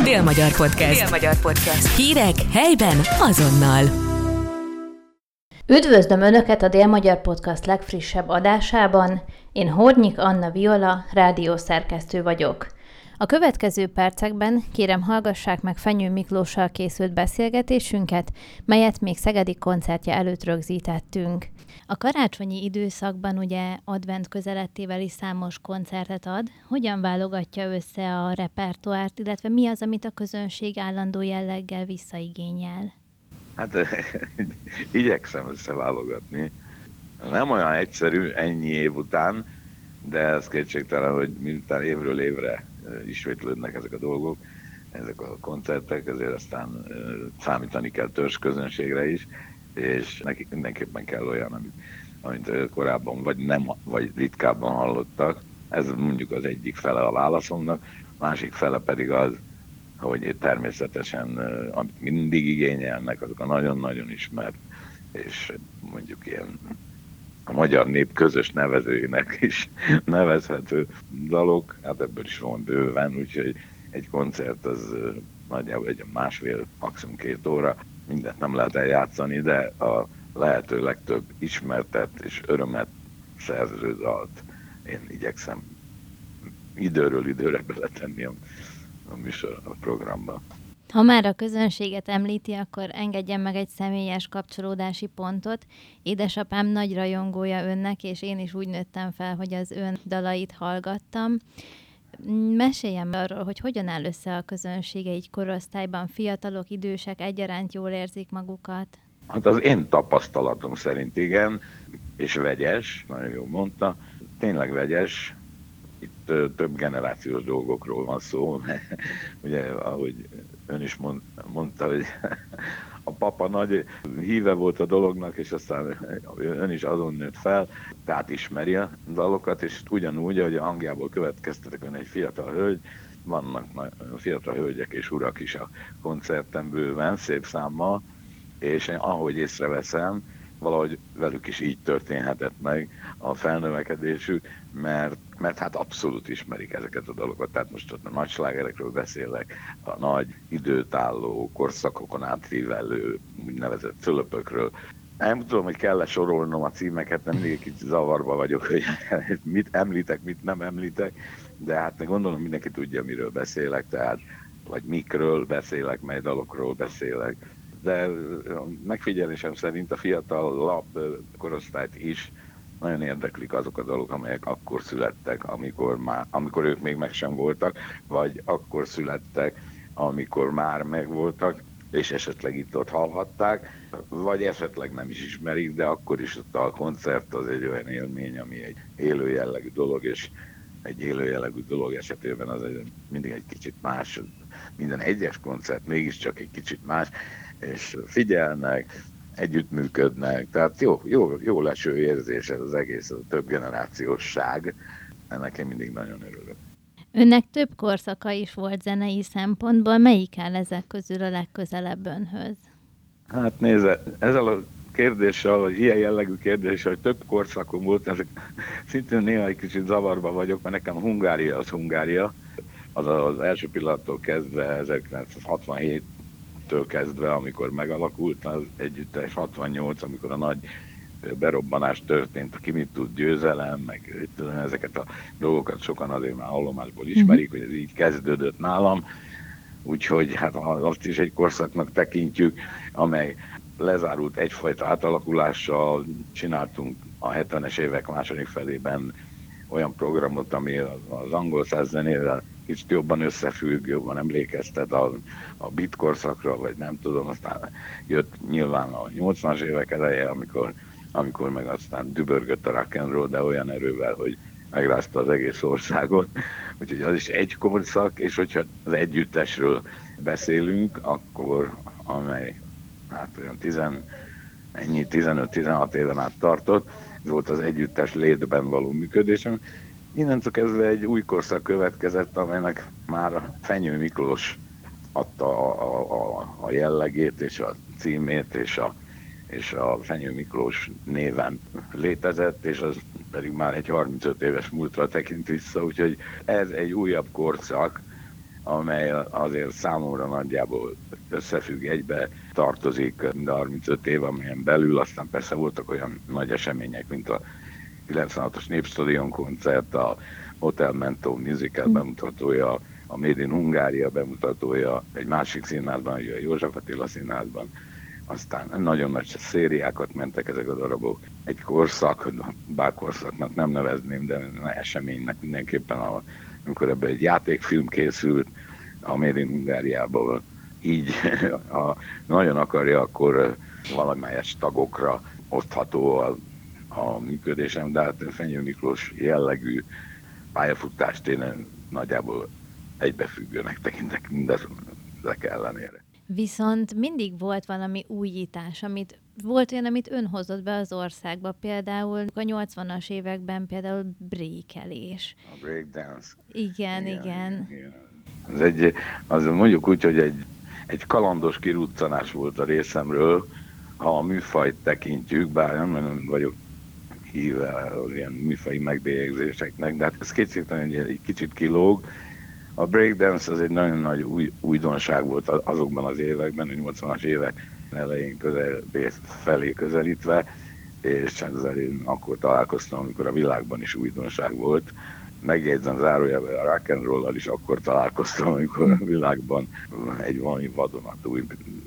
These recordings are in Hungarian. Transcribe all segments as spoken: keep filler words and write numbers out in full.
Dél-Magyar Podcast. Dél-Magyar Podcast. Hírek helyben azonnal. Üdvözlöm Önöket a Dél-Magyar Podcast legfrissebb adásában. Én Hornyik Anna Viola, rádiószerkesztő vagyok. A következő percekben kérem hallgassák meg Fenyő Miklóssal készült beszélgetésünket, melyet még szegedi koncertje előtt rögzítettünk. A karácsonyi időszakban ugye advent közelettével is számos koncertet ad. Hogyan válogatja össze a repertoárt, illetve mi az, amit a közönség állandó jelleggel visszaigényel? Hát igyekszem összeválogatni. Nem olyan egyszerű ennyi év után, de ez kétségtelen, hogy miután évről évre ismétlődnek ezek a dolgok, ezek a koncertek, ezért aztán számítani kell törzsközönségre is, és nekik mindenképpen kell olyan, amit, amit korábban vagy nem, vagy ritkábban hallottak. Ez mondjuk az egyik fele a válaszomnak, másik fele pedig az, hogy természetesen, amit mindig igényelnek, azok a nagyon-nagyon ismert, és mondjuk ilyen a magyar nép közös nevezőinek is nevezhető dalok, hát ebből is van bőven, úgyhogy egy koncert az nagyjából egy másfél, maximum két óra, mindent nem lehet eljátszani, de a lehető legtöbb ismertet és örömet szerző dalt én igyekszem időről időre beletenni a, a műsor, a programba. Ha már a közönséget említi, akkor engedjen meg egy személyes kapcsolódási pontot. Édesapám nagy rajongója önnek, és én is úgy nőttem fel, hogy az ön dalait hallgattam. Meséljen arról, hogy hogyan áll össze a közönsége így korosztályban, fiatalok, idősek egyaránt jól érzik magukat? Hát az én tapasztalatom szerint igen, és vegyes, nagyon jól mondta, tényleg vegyes. Itt több generációs dolgokról van szó, ugye, ahogy ön is mond, mondta, hogy a papa nagy híve volt a dolognak, és aztán ön is azon nőtt fel, tehát ismeri a dalokat, és ugyanúgy, ahogy a hangjából következtetek, ön egy fiatal hölgy, vannak fiatal hölgyek és urak is a koncerten bőven, szép számmal, és én ahogy észreveszem, valahogy velük is így történhetett meg a felnövekedésük, mert, mert hát abszolút ismerik ezeket a dalokat. Tehát most ott a nagy slágerekről beszélek, a nagy időtálló, korszakokon átívelő, úgynevezett fölöpökről. Nem tudom, hogy kell-e sorolnom a címeket, nem mindig egy kicsit zavarba vagyok, hogy mit említek, mit nem említek, de hát gondolom mindenki tudja, miről beszélek, tehát vagy mikről beszélek, mely dalokról beszélek. De megfigyelésem szerint a fiatalabb korosztályt is nagyon érdeklik azok a dalok, amelyek akkor születtek, amikor, már, amikor ők még meg sem voltak, vagy akkor születtek, amikor már megvoltak, és esetleg itt-ott hallhatták, vagy esetleg nem is ismerik, de akkor is ott a koncert az egy olyan élmény, ami egy élő jellegű dolog, és egy élő jellegű dolog esetében az egy, mindig egy kicsit más, minden egyes koncert mégiscsak egy kicsit más, és figyelnek, együttműködnek, tehát jó, jó, jó leső érzés ez az egész, a több generációsság, ennek én mindig nagyon örülök. Önnek több korszaka is volt zenei szempontból, melyik áll ezek közül a legközelebb önhöz? Hát nézze, ezzel a kérdéssel, vagy ilyen jellegű kérdéssel, hogy több korszakom volt, ezek szintén néha egy kicsit zavarba vagyok, mert nekem Hungária az Hungária, az az első pillanattól kezdve ezerkilencszázhatvanhét től kezdve, amikor megalakult az együttes, hatvannyolc, amikor a nagy berobbanás történt, aki mit tud, győzelem, meg ezeket a dolgokat sokan azért már hallomásból ismerik, hogy ez így kezdődött nálam, úgyhogy hát azt is egy korszaknak tekintjük, amely lezárult egyfajta átalakulással, csináltunk a hetvenes évek második felében olyan programot, ami az angol száz zenével kicsit jobban összefügg, jobban emlékeztet a, a beat korszakra, vagy nem tudom, aztán jött nyilván a nyolcvanas évek eleje, amikor, amikor meg aztán dübörgött a rock and roll, de olyan erővel, hogy megrázta az egész országot. Úgyhogy az is egy korszak, és hogyha az együttesről beszélünk, akkor amely hát olyan tizen, ennyi tizenöt-tizenhat éven át tartott, ez volt az együttes létben való működésem. Innentől kezdve egy új korszak következett, amelynek már a Fenyő Miklós adta a, a, a jellegét és a címét, és a, és a Fenyő Miklós néven létezett, és az pedig már egy harmincöt éves múltra tekint vissza, úgyhogy ez egy újabb korszak, amely azért számomra nagyjából összefügg, egybe tartozik de harmincöt év, amelyen belül, aztán persze voltak olyan nagy események, mint a kilencvenhatos Népstadion koncert, a Hotel Mento musical bemutatója, a Made in Hungária bemutatója, egy másik színházban, a József Attila színházban, aztán nagyon nagy szériákat mentek ezek a darabok. Egy korszak, bár korszaknak nem nevezném, de eseménynek mindenképpen, a, amikor ebben egy játékfilm készült a Made in Hungáriából, így ha nagyon akarja, akkor valamelyes tagokra osztható a, a működésem, de hát Fenyő Miklós jellegű pályafutást én nagyjából egybefüggőnek tekintek mindezek ellenére. Viszont mindig volt valami újítás, amit volt olyan, amit ön hozott be az országba, például a nyolcvanas években például breakelés. A breakdance. Igen, igen. igen. igen. Ez egy, az mondjuk úgy, hogy egy, egy kalandos kiruccanás volt a részemről, ha a műfajt tekintjük, bár nem vagyok híve az ilyen műfaji megbélyegzéseknek, de hát ez kétségtelen egy kicsit kilóg. A breakdance az egy nagyon nagy új, újdonság volt azokban az években, a nyolcvanas évek elején közel, felé közelítve, és ezzel én akkor találkoztam, amikor a világban is újdonság volt. Megjegyzem zárójelben, a rock and roll-al is akkor találkoztam, amikor a világban egy valami vadonatúj,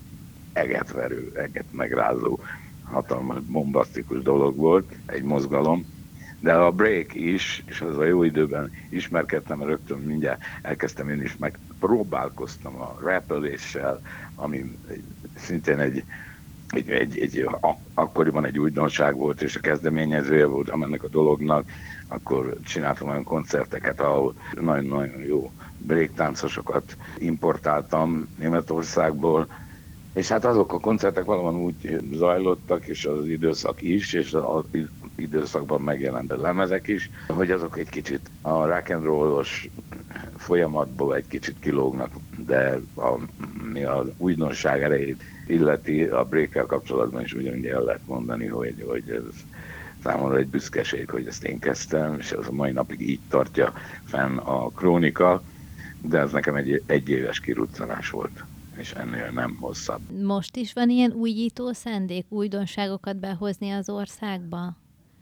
egetverő, eget megrázó, hatalmas, bombasztikus dolog volt, egy mozgalom. De a break is, és az a jó időben ismerkedtem, rögtön mindjárt elkezdtem én is, meg próbálkoztam a rappeléssel, ami szintén egy, egy, egy, egy akkoriban egy újdonság volt, és a kezdeményezője voltam ennek a dolognak, akkor csináltam olyan koncerteket, ahol nagyon-nagyon jó breaktáncosokat importáltam Németországból, és hát azok a koncertek valóban úgy zajlottak, és az időszak is, és az időszakban megjelent a lemezek is, hogy azok egy kicsit a rock and roll-os folyamatból egy kicsit kilógnak, de a, mi az újdonság erejét illeti, a break-kel kapcsolatban is ugyanúgy el lehet mondani, hogy, hogy ez számomra egy büszkeség, hogy ezt én kezdtem, és az a mai napig így tartja fenn a krónika, de ez nekem egy egyéves kiruccanás volt, és ennél nem hosszabb. Most is van ilyen újító szándék, újdonságokat behozni az országba?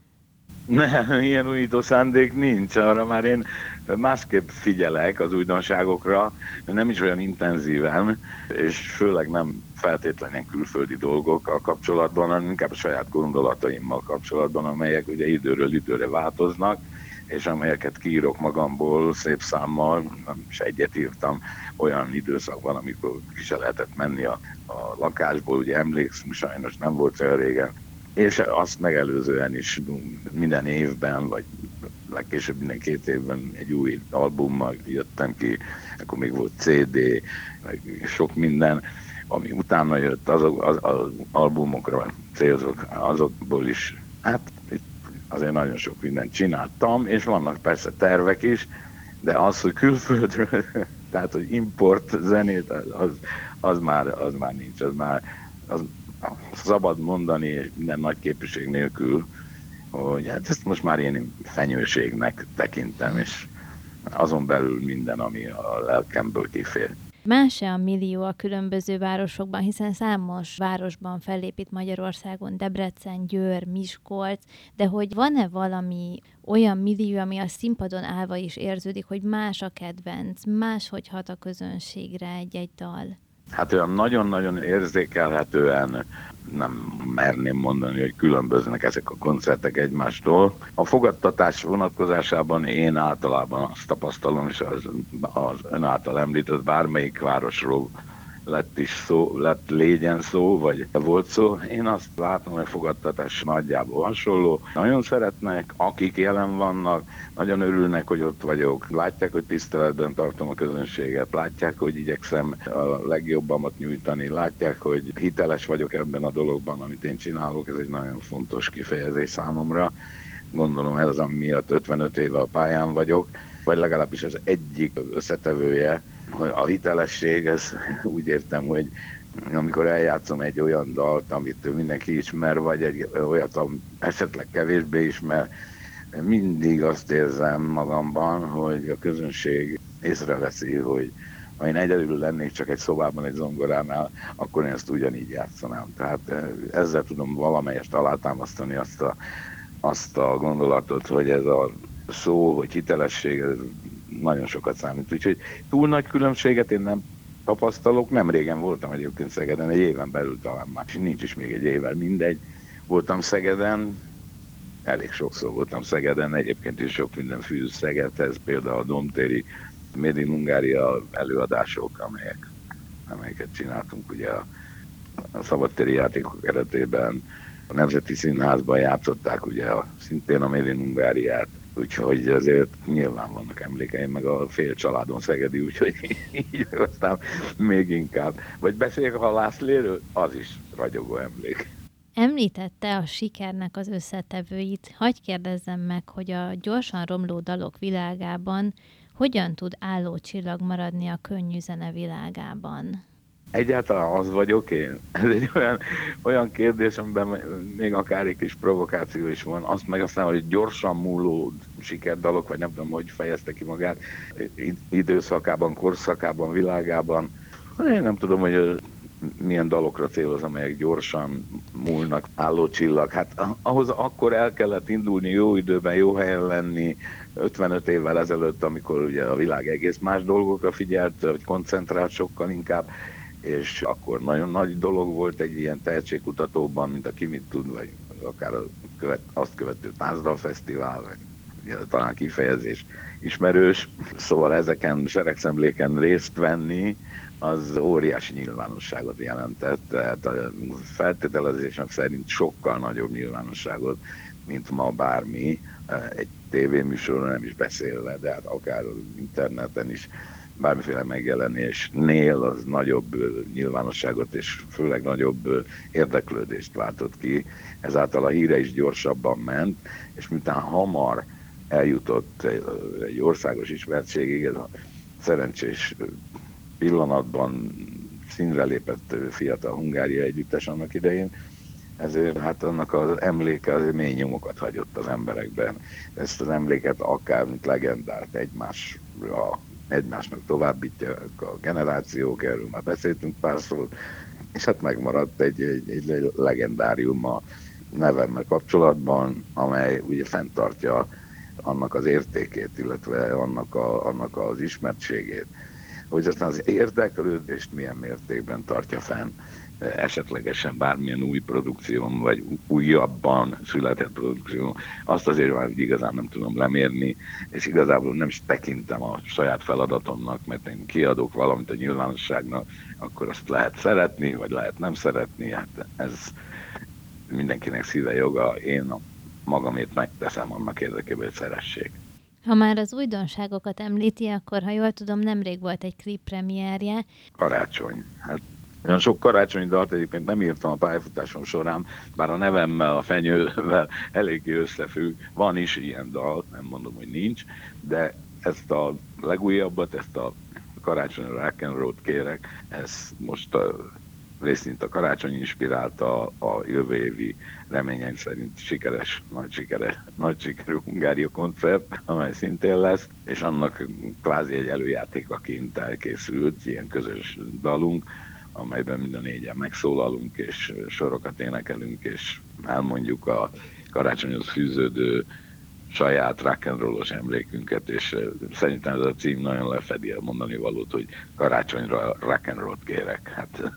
Nem, ilyen újító szándék nincs, arra már én másképp figyelek az újdonságokra, nem is olyan intenzíven, és főleg nem feltétlenül külföldi dolgokkal kapcsolatban, hanem inkább a saját gondolataimmal kapcsolatban, amelyek ugye időről időre változnak, és amelyeket kiírok magamból szép számmal, és egyet írtam olyan időszakban, amikor ki se lehetett menni a, a lakásból, ugye emlékszünk, sajnos nem volt olyan régen, és azt megelőzően is minden évben, vagy legkésőbb minden két évben egy új albummal jöttem ki, akkor még volt cé dé, meg sok minden, ami utána jött, azok az, az albumokra célzok, azokból is, hát azért nagyon sok mindent csináltam, és vannak persze tervek is, de az, hogy külföldről, tehát hogy import zenét, az, az, már, az már nincs, az már az, szabad mondani minden nagy képviség nélkül, hogy hát ezt most már én fenyőségnek tekintem, és azon belül minden, ami a lelkemből kifér. Más-e a millió a különböző városokban, hiszen számos városban fellépít Magyarországon, Debrecen, Győr, Miskolc, de hogy van-e valami olyan millió, ami a színpadon állva is érződik, hogy más a kedvenc, máshogy hat a közönségre egy-egy dal? Hát olyan nagyon-nagyon érzékelhetően nem merném mondani, hogy különböznek ezek a koncertek egymástól. A fogadtatás vonatkozásában én általában azt tapasztalom, és az, az ön által említett bármelyik városról lett is szó, lett légyen szó, vagy volt szó. Én azt látom, hogy a fogadtatás nagyjából hasonló. Nagyon szeretnek, akik jelen vannak, nagyon örülnek, hogy ott vagyok. Látják, hogy tiszteletben tartom a közönséget, látják, hogy igyekszem a legjobbamat nyújtani, látják, hogy hiteles vagyok ebben a dologban, amit én csinálok. Ez egy nagyon fontos kifejezés számomra. Gondolom ez az, ami miatt ötvenöt éve a pályán vagyok, vagy legalábbis az egyik összetevője, hogy a hitelesség, ez úgy értem, hogy amikor eljátszom egy olyan dalt, amit mindenki ismer, vagy egy olyat, esetleg kevésbé ismer, mindig azt érzem magamban, hogy a közönség észreveszi, hogy, ha én egyedül lennék csak egy szobában egy zongoránál, akkor én ezt ugyanígy játszanám. Tehát ezzel tudom valamelyest alátámasztani azt a, azt a gondolatot, hogy ez a szó, hogy hitelesség, ez nagyon sokat számít. Úgyhogy túl nagy különbséget én nem tapasztalok. Nem régen voltam egyébként Szegeden, egy éven belül talán már, nincs is még egy évvel, mindegy. Voltam Szegeden, elég sokszor voltam Szegeden, egyébként is sok minden fűz Szegedhez, például a Domtéri Made in Hungária előadások, amelyek, amelyeket csináltunk ugye a, a szabadtéri játékok keretében. A Nemzeti Színházban játszották ugye a, szintén a Made in Hungáriát, úgyhogy azért nyilván vannak emlékeim, meg a fél családon szegedi, úgyhogy így aztán még inkább. Vagy beszéljek a halászléről, az is ragyogó emlék. Említette a sikernek az összetevőit. Hagy kérdezzem meg, hogy a gyorsan romló dalok világában hogyan tud álló csillag maradni a könnyű zene világában? Egyáltalán az vagyok én. Ez egy olyan, olyan kérdés, amiben még akár egy kis provokáció is van. Azt meg aztán, hogy gyorsan múló sikerdalok, vagy nem tudom, hogy fejezte ki magát, időszakában, korszakában, világában. Én nem tudom, hogy milyen dalokra céloz, amelyek gyorsan múlnak, álló csillag. Hát ahhoz akkor el kellett indulni jó időben, jó helyen lenni, ötvenöt évvel ezelőtt, amikor ugye a világ egész más dolgokra figyelt, vagy koncentrált sokkal inkább, és akkor nagyon nagy dolog volt egy ilyen tehetségkutatóban, mint a Ki mit tud, vagy akár a követ, azt követő Tánzdalfesztivál, vagy ugye, talán kifejezés ismerős. Szóval ezeken seregszemléken részt venni, az óriási nyilvánosságot jelentett, tehát a feltételezésem szerint sokkal nagyobb nyilvánosságot, mint ma bármi, egy tévéműsoron nem is beszélve, de hát akár interneten is bármiféle megjelenésnél az nagyobb nyilvánosságot és főleg nagyobb érdeklődést váltott ki. Ezáltal a híre is gyorsabban ment, és miután hamar eljutott egy országos ismertségig, ez a szerencsés pillanatban színre lépett fiatal Hungária együttes annak idején, ezért hát annak az emléke azért mély nyomokat hagyott az emberekben. Ezt az emléket akár, mint legendárt egymásra, egymásnak továbbítják a generációk, erről már beszéltünk párszor, és hát megmaradt egy, egy, egy legendárium a nevemmel kapcsolatban, amely ugye fenntartja annak az értékét, illetve annak, a, annak az ismertségét. Hogy aztán az érdeklődést milyen mértékben tartja fenn, esetlegesen bármilyen új produkción, vagy újabban született produkció, azt azért már igazán nem tudom lemérni, és igazából nem is tekintem a saját feladatomnak, mert én kiadok valamit a nyilvánosságnak, akkor azt lehet szeretni, vagy lehet nem szeretni, hát ez mindenkinek szíve joga, én a magamét megteszem annak érdekében, hogy szeressék. Ha már az újdonságokat említi, akkor ha jól tudom, nemrég volt egy klip premierje. Karácsony. Hát olyan sok karácsonyi dalt egyébként nem írtam a pályafutásom során, bár a nevemmel, a fenyővel eléggé összefügg. Van is ilyen dal, nem mondom, hogy nincs, de ezt a legújabbat, ezt a karácsonyi rock and roll-t kérek, ez most a részint a karácsony inspirálta a jövő évi reményeim szerint sikeres, nagy sikeres, nagy sikerű Hungária koncert, amely szintén lesz, és annak kvázi egy előjátékaként elkészült ilyen közös dalunk, amelyben mind a négyen megszólalunk, és sorokat énekelünk, és elmondjuk a karácsonyhoz fűződő saját rock and rollos emlékünket, és szerintem ez a cím nagyon lefedi a mondani valót, hogy karácsonyra rock and rollt kérek. Hát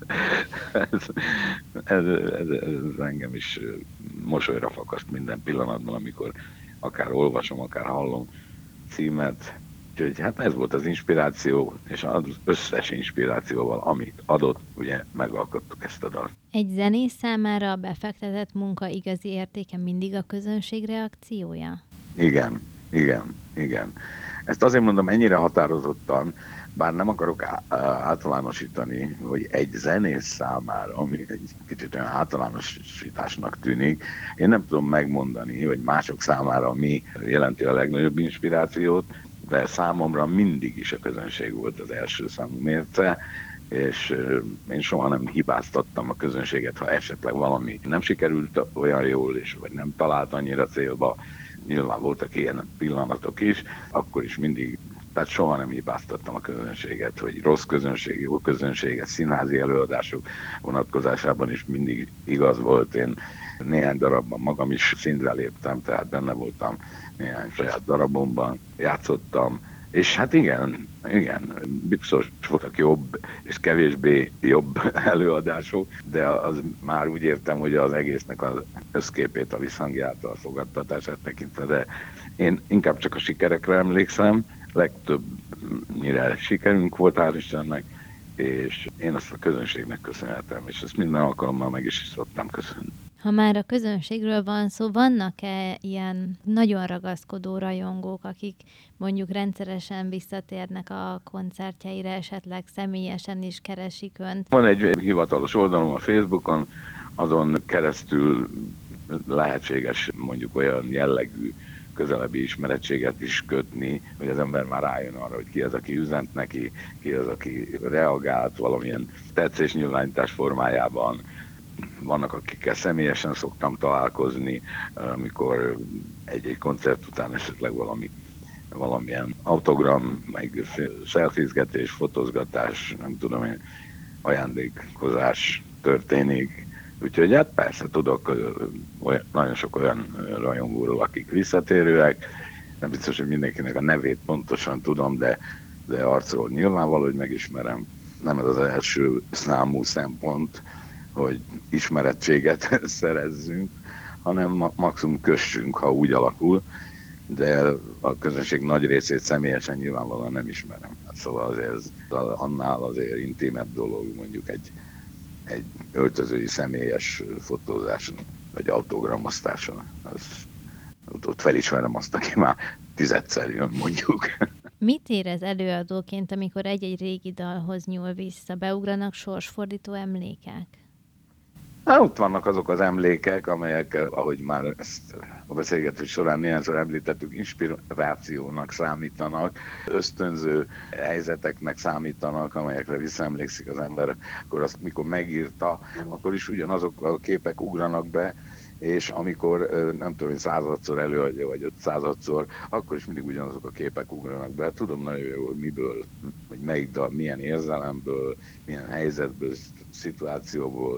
ez, ez, ez, ez engem is mosolyra fakaszt minden pillanatban, amikor akár olvasom, akár hallom címet. Úgyhogy hát ez volt az inspiráció, és az összes inspirációval, amit adott, ugye megalkottuk ezt a dalt. Egy zenész számára a befektetett munka igazi értéke mindig a közönség reakciója? Igen, igen, igen. Ezt azért mondom ennyire határozottan, bár nem akarok általánosítani, hogy egy zenész számára, ami egy kicsit olyan általánosításnak tűnik, én nem tudom megmondani, hogy mások számára mi jelenti a legnagyobb inspirációt, de számomra mindig is a közönség volt az első számú mérce, és én soha nem hibáztattam a közönséget, ha esetleg valami nem sikerült olyan jól, és vagy nem talált annyira célba. Nyilván voltak ilyen pillanatok is, akkor is mindig Tehát soha nem hibáztattam a közönséget, hogy rossz közönség, jó közönséget, színházi előadások vonatkozásában is mindig igaz volt. Én néhány darabban magam is színre léptem, tehát benne voltam néhány saját darabomban, játszottam, és hát igen, igen, biztos voltak jobb és kevésbé jobb előadások, de az már úgy értem, hogy az egésznek az összképét, a visszhangját, a fogadtatását tekintve, de én inkább csak a sikerekre emlékszem, legtöbbnyire sikerünk volt, hál' Istennek, és én azt a közönségnek köszönhetem, és ezt minden alkalommal meg is szoktam köszönni. Ha már a közönségről van szó, vannak-e ilyen nagyon ragaszkodó rajongók, akik mondjuk rendszeresen visszatérnek a koncertjeire, esetleg személyesen is keresik önt? Van egy hivatalos oldalom a Facebookon, azon keresztül lehetséges mondjuk olyan jellegű közelebbi ismerettséget is kötni, hogy az ember már rájön arra, hogy ki az, aki üzent neki, ki az, aki reagált valamilyen tetszésnyilvánítás formájában. Vannak, akikkel személyesen szoktam találkozni, amikor egy-egy koncert után esetleg valami, valamilyen autogram, meg selfiezgetés, fotózgatás, nem tudom én, ajándékozás történik. Úgyhogy hát persze tudok olyan, nagyon sok olyan rajongóról, akik visszatérőek. Nem biztos, hogy mindenkinek a nevét pontosan tudom, de, de arcról nyilvánvaló, hogy megismerem. Nem ez az első számú szempont, hogy ismerettséget szerezzünk, hanem maximum kössünk, ha úgy alakul, de a közönség nagy részét személyesen nyilvánvalóan nem ismerem. Szóval azért ez annál azért intimebb dolog, mondjuk egy, egy öltözői személyes fotózáson, vagy autogramosztáson. Az, ott felismerem azt, aki már tizedszer jön, mondjuk. Mit érez előadóként, amikor egy-egy régi dalhoz nyúl vissza? Beugranak sorsfordító emlékek? Hát ott vannak azok az emlékek, amelyek, ahogy már ezt a beszélgetés során néhányszor említettük, inspirációnak számítanak, ösztönző helyzeteknek számítanak, amelyekre visszaemlékszik az ember, akkor azt mikor megírta, akkor is ugyanazok a képek ugranak be, és amikor nem tudom, hogy századszor előadja, vagy ötszázadszor, akkor is mindig ugyanazok a képek ugranak be. Tudom nagyon jól, hogy miből, vagy melyik dal, milyen érzelemből, milyen helyzetből, szituációból,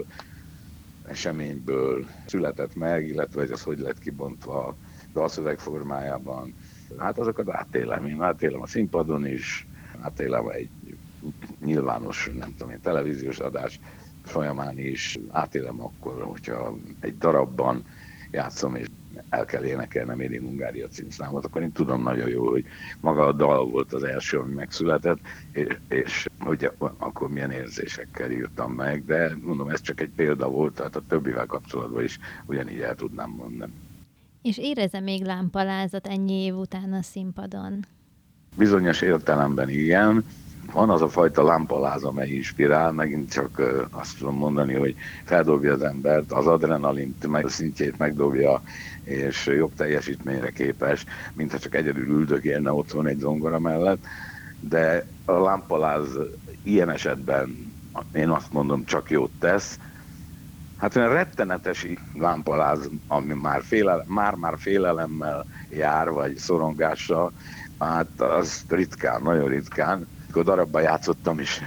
eseményből született meg, illetve hogy az hogy lett kibontva dalszöveg formájában. Hát azokat átélem. Én átélem a színpadon is, átélem egy nyilvános, nem tudom én, televíziós adás folyamán is, átélem akkor, hogyha egy darabban játszom, és el kell énekelnem Made in Hungária címszámot, akkor én tudom nagyon jól, hogy maga a dal volt az első, ami megszületett, és, és hogy akkor milyen érzésekkel írtam meg, de mondom, ez csak egy példa volt, tehát a többivel kapcsolatban is ugyanígy el tudnám mondani. És érez-e még lámpalázat ennyi év után a színpadon? Bizonyos értelemben igen. Van az a fajta lámpaláz, amely inspirál, megint csak azt tudom mondani, hogy feldobja az embert, az adrenalint meg, szintjét megdobja, és jobb teljesítményre képes, mintha csak egyedül üldögélne otthon egy zongora mellett, de a lámpaláz ilyen esetben én azt mondom, csak jót tesz. Hát olyan rettenetes lámpaláz, ami már, félelem, már, már félelemmel jár, vagy szorongással, hát az ritkán, nagyon ritkán. Amikor darabban játszottam is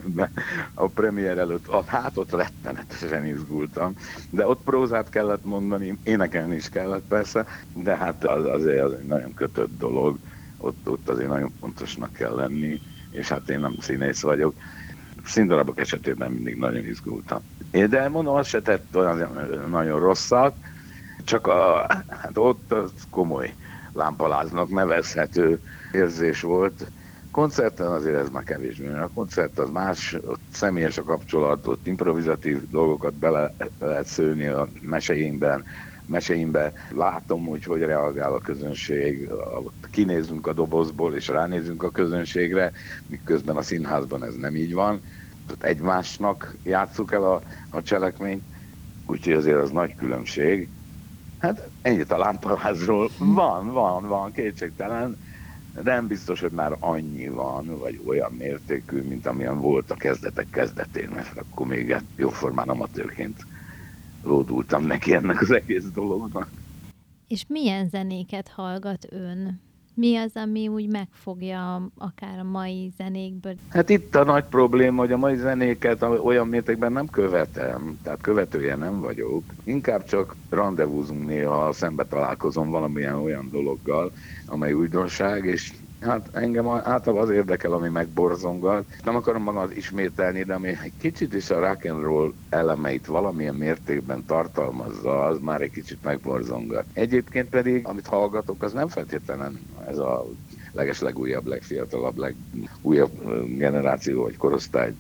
a premier előtt, hát ott rettenetesen izgultam, de ott prózát kellett mondani, énekelni is kellett persze, de hát az, azért az egy nagyon kötött dolog, ott, ott azért nagyon pontosnak kell lenni, és hát én nem színész vagyok. Színdarabok esetében mindig nagyon izgultam. De mondom, azt se tett olyan nagyon rosszat, csak a, hát ott az komoly lámpaláznak nevezhető érzés volt. Koncerten azért ez már kevésbé. A koncert az más, ott személyes a kapcsolat, ott improvizatív dolgokat bele lehet szőni a meséimben, meséimben. Látom, hogy hogy reagál a közönség, ott kinézünk a dobozból és ránézünk a közönségre, miközben a színházban ez nem így van. Ott egymásnak játsszuk el a, a cselekményt, úgyhogy azért az nagy különbség. Hát ennyit a lámpalázról. Van, van, van, kétségtelen. De nem biztos, hogy már annyi van, vagy olyan mértékű, mint amilyen volt a kezdetek kezdetén, mert akkor még jóformán amatőrként lódultam neki ennek az egész dolognak. És milyen zenéket hallgat ön? Mi az, ami úgy megfogja akár a mai zenékből? Hát itt a nagy probléma, hogy a mai zenéket olyan mértékben nem követem, tehát követője nem vagyok. Inkább csak randevúzunk néha, ha szembe találkozom valamilyen olyan dologgal, amely újdonság, és hát engem általában az érdekel, ami megborzongat. Nem akarom magam ismételni, de ami egy kicsit is a rock and roll elemeit valamilyen mértékben tartalmazza, az már egy kicsit megborzongat. Egyébként pedig, amit hallgatok, az nem feltétlenül ez a leges legújabb, legfiatalabb, legújabb generáció vagy korosztály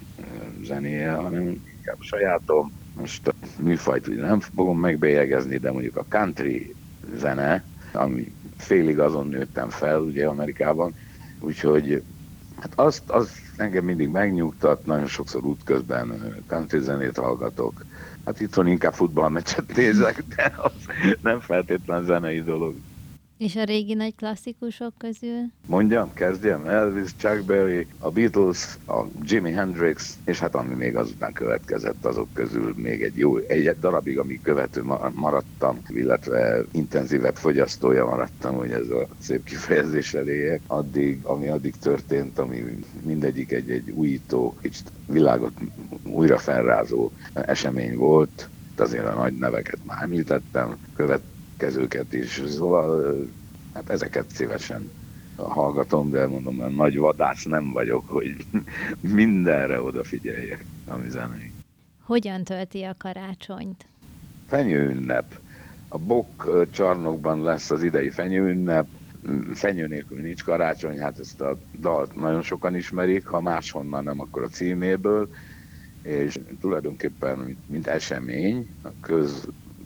zenéje, hanem inkább sajátom. Most a műfajt ugye nem fogom megbélyegezni, de mondjuk a country zene, ami félig azon nőttem fel, ugye Amerikában, úgyhogy hát azt, azt engem mindig megnyugtat, nagyon sokszor útközben country zenét hallgatok. Hát itthon inkább futballmeccset nézek, de az nem feltétlen zenei dolog. És a régi nagy klasszikusok közül? Mondjam, kezdjem. Elvis, Chuck Berry, a Beatles, a Jimi Hendrix, és hát ami még azután következett, azok közül még egy jó, egy darabig, amíg követő maradtam, illetve intenzívebb fogyasztója maradtam, hogy ez a szép kifejezés eléjek, addig, ami addig történt, ami mindegyik egy-egy újító, kicsit világot újra felrázó esemény volt. Azért a nagy neveket már említettem, követ kezőket is, szóval hát ezeket szívesen hallgatom, de mondom, a nagy vadász nem vagyok, hogy mindenre odafigyeljek, ami zenei. Hogyan tölti a karácsonyt? Fenyőünnep. A Bok csarnokban lesz az idei fenyőünnep, fenyő nélkül nincs karácsony, hát ezt a dalt nagyon sokan ismerik, ha máshonnan nem, akkor a címéből, és tulajdonképpen mint esemény, a köz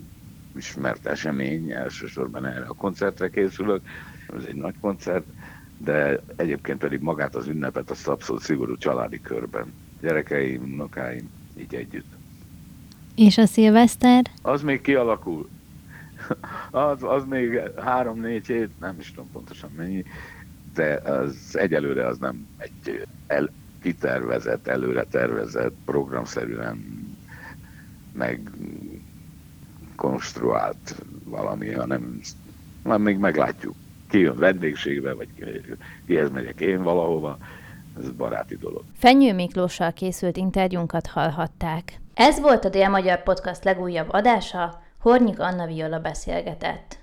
ismert esemény, elsősorban erre a koncertre készülök, ez egy nagy koncert, de egyébként pedig magát az ünnepet azt abszolút szigorú családi körben. Gyerekeim, unokáim, így együtt. És a szilveszter? Az még kialakul. Az, az még három-négy hét, nem is tudom pontosan mennyi, de az egyelőre az nem egy el, kitervezett, előre tervezett, programszerűen meg konstruált valami, hanem már még meglátjuk. Ki jön vendégségbe, vagy kihez megyek én valahova, ez baráti dolog. Fenyő Miklóssal készült interjúnkat hallhatták. Ez volt a Dél-Magyar Podcast legújabb adása, Hornyik Anna Viola beszélgetett.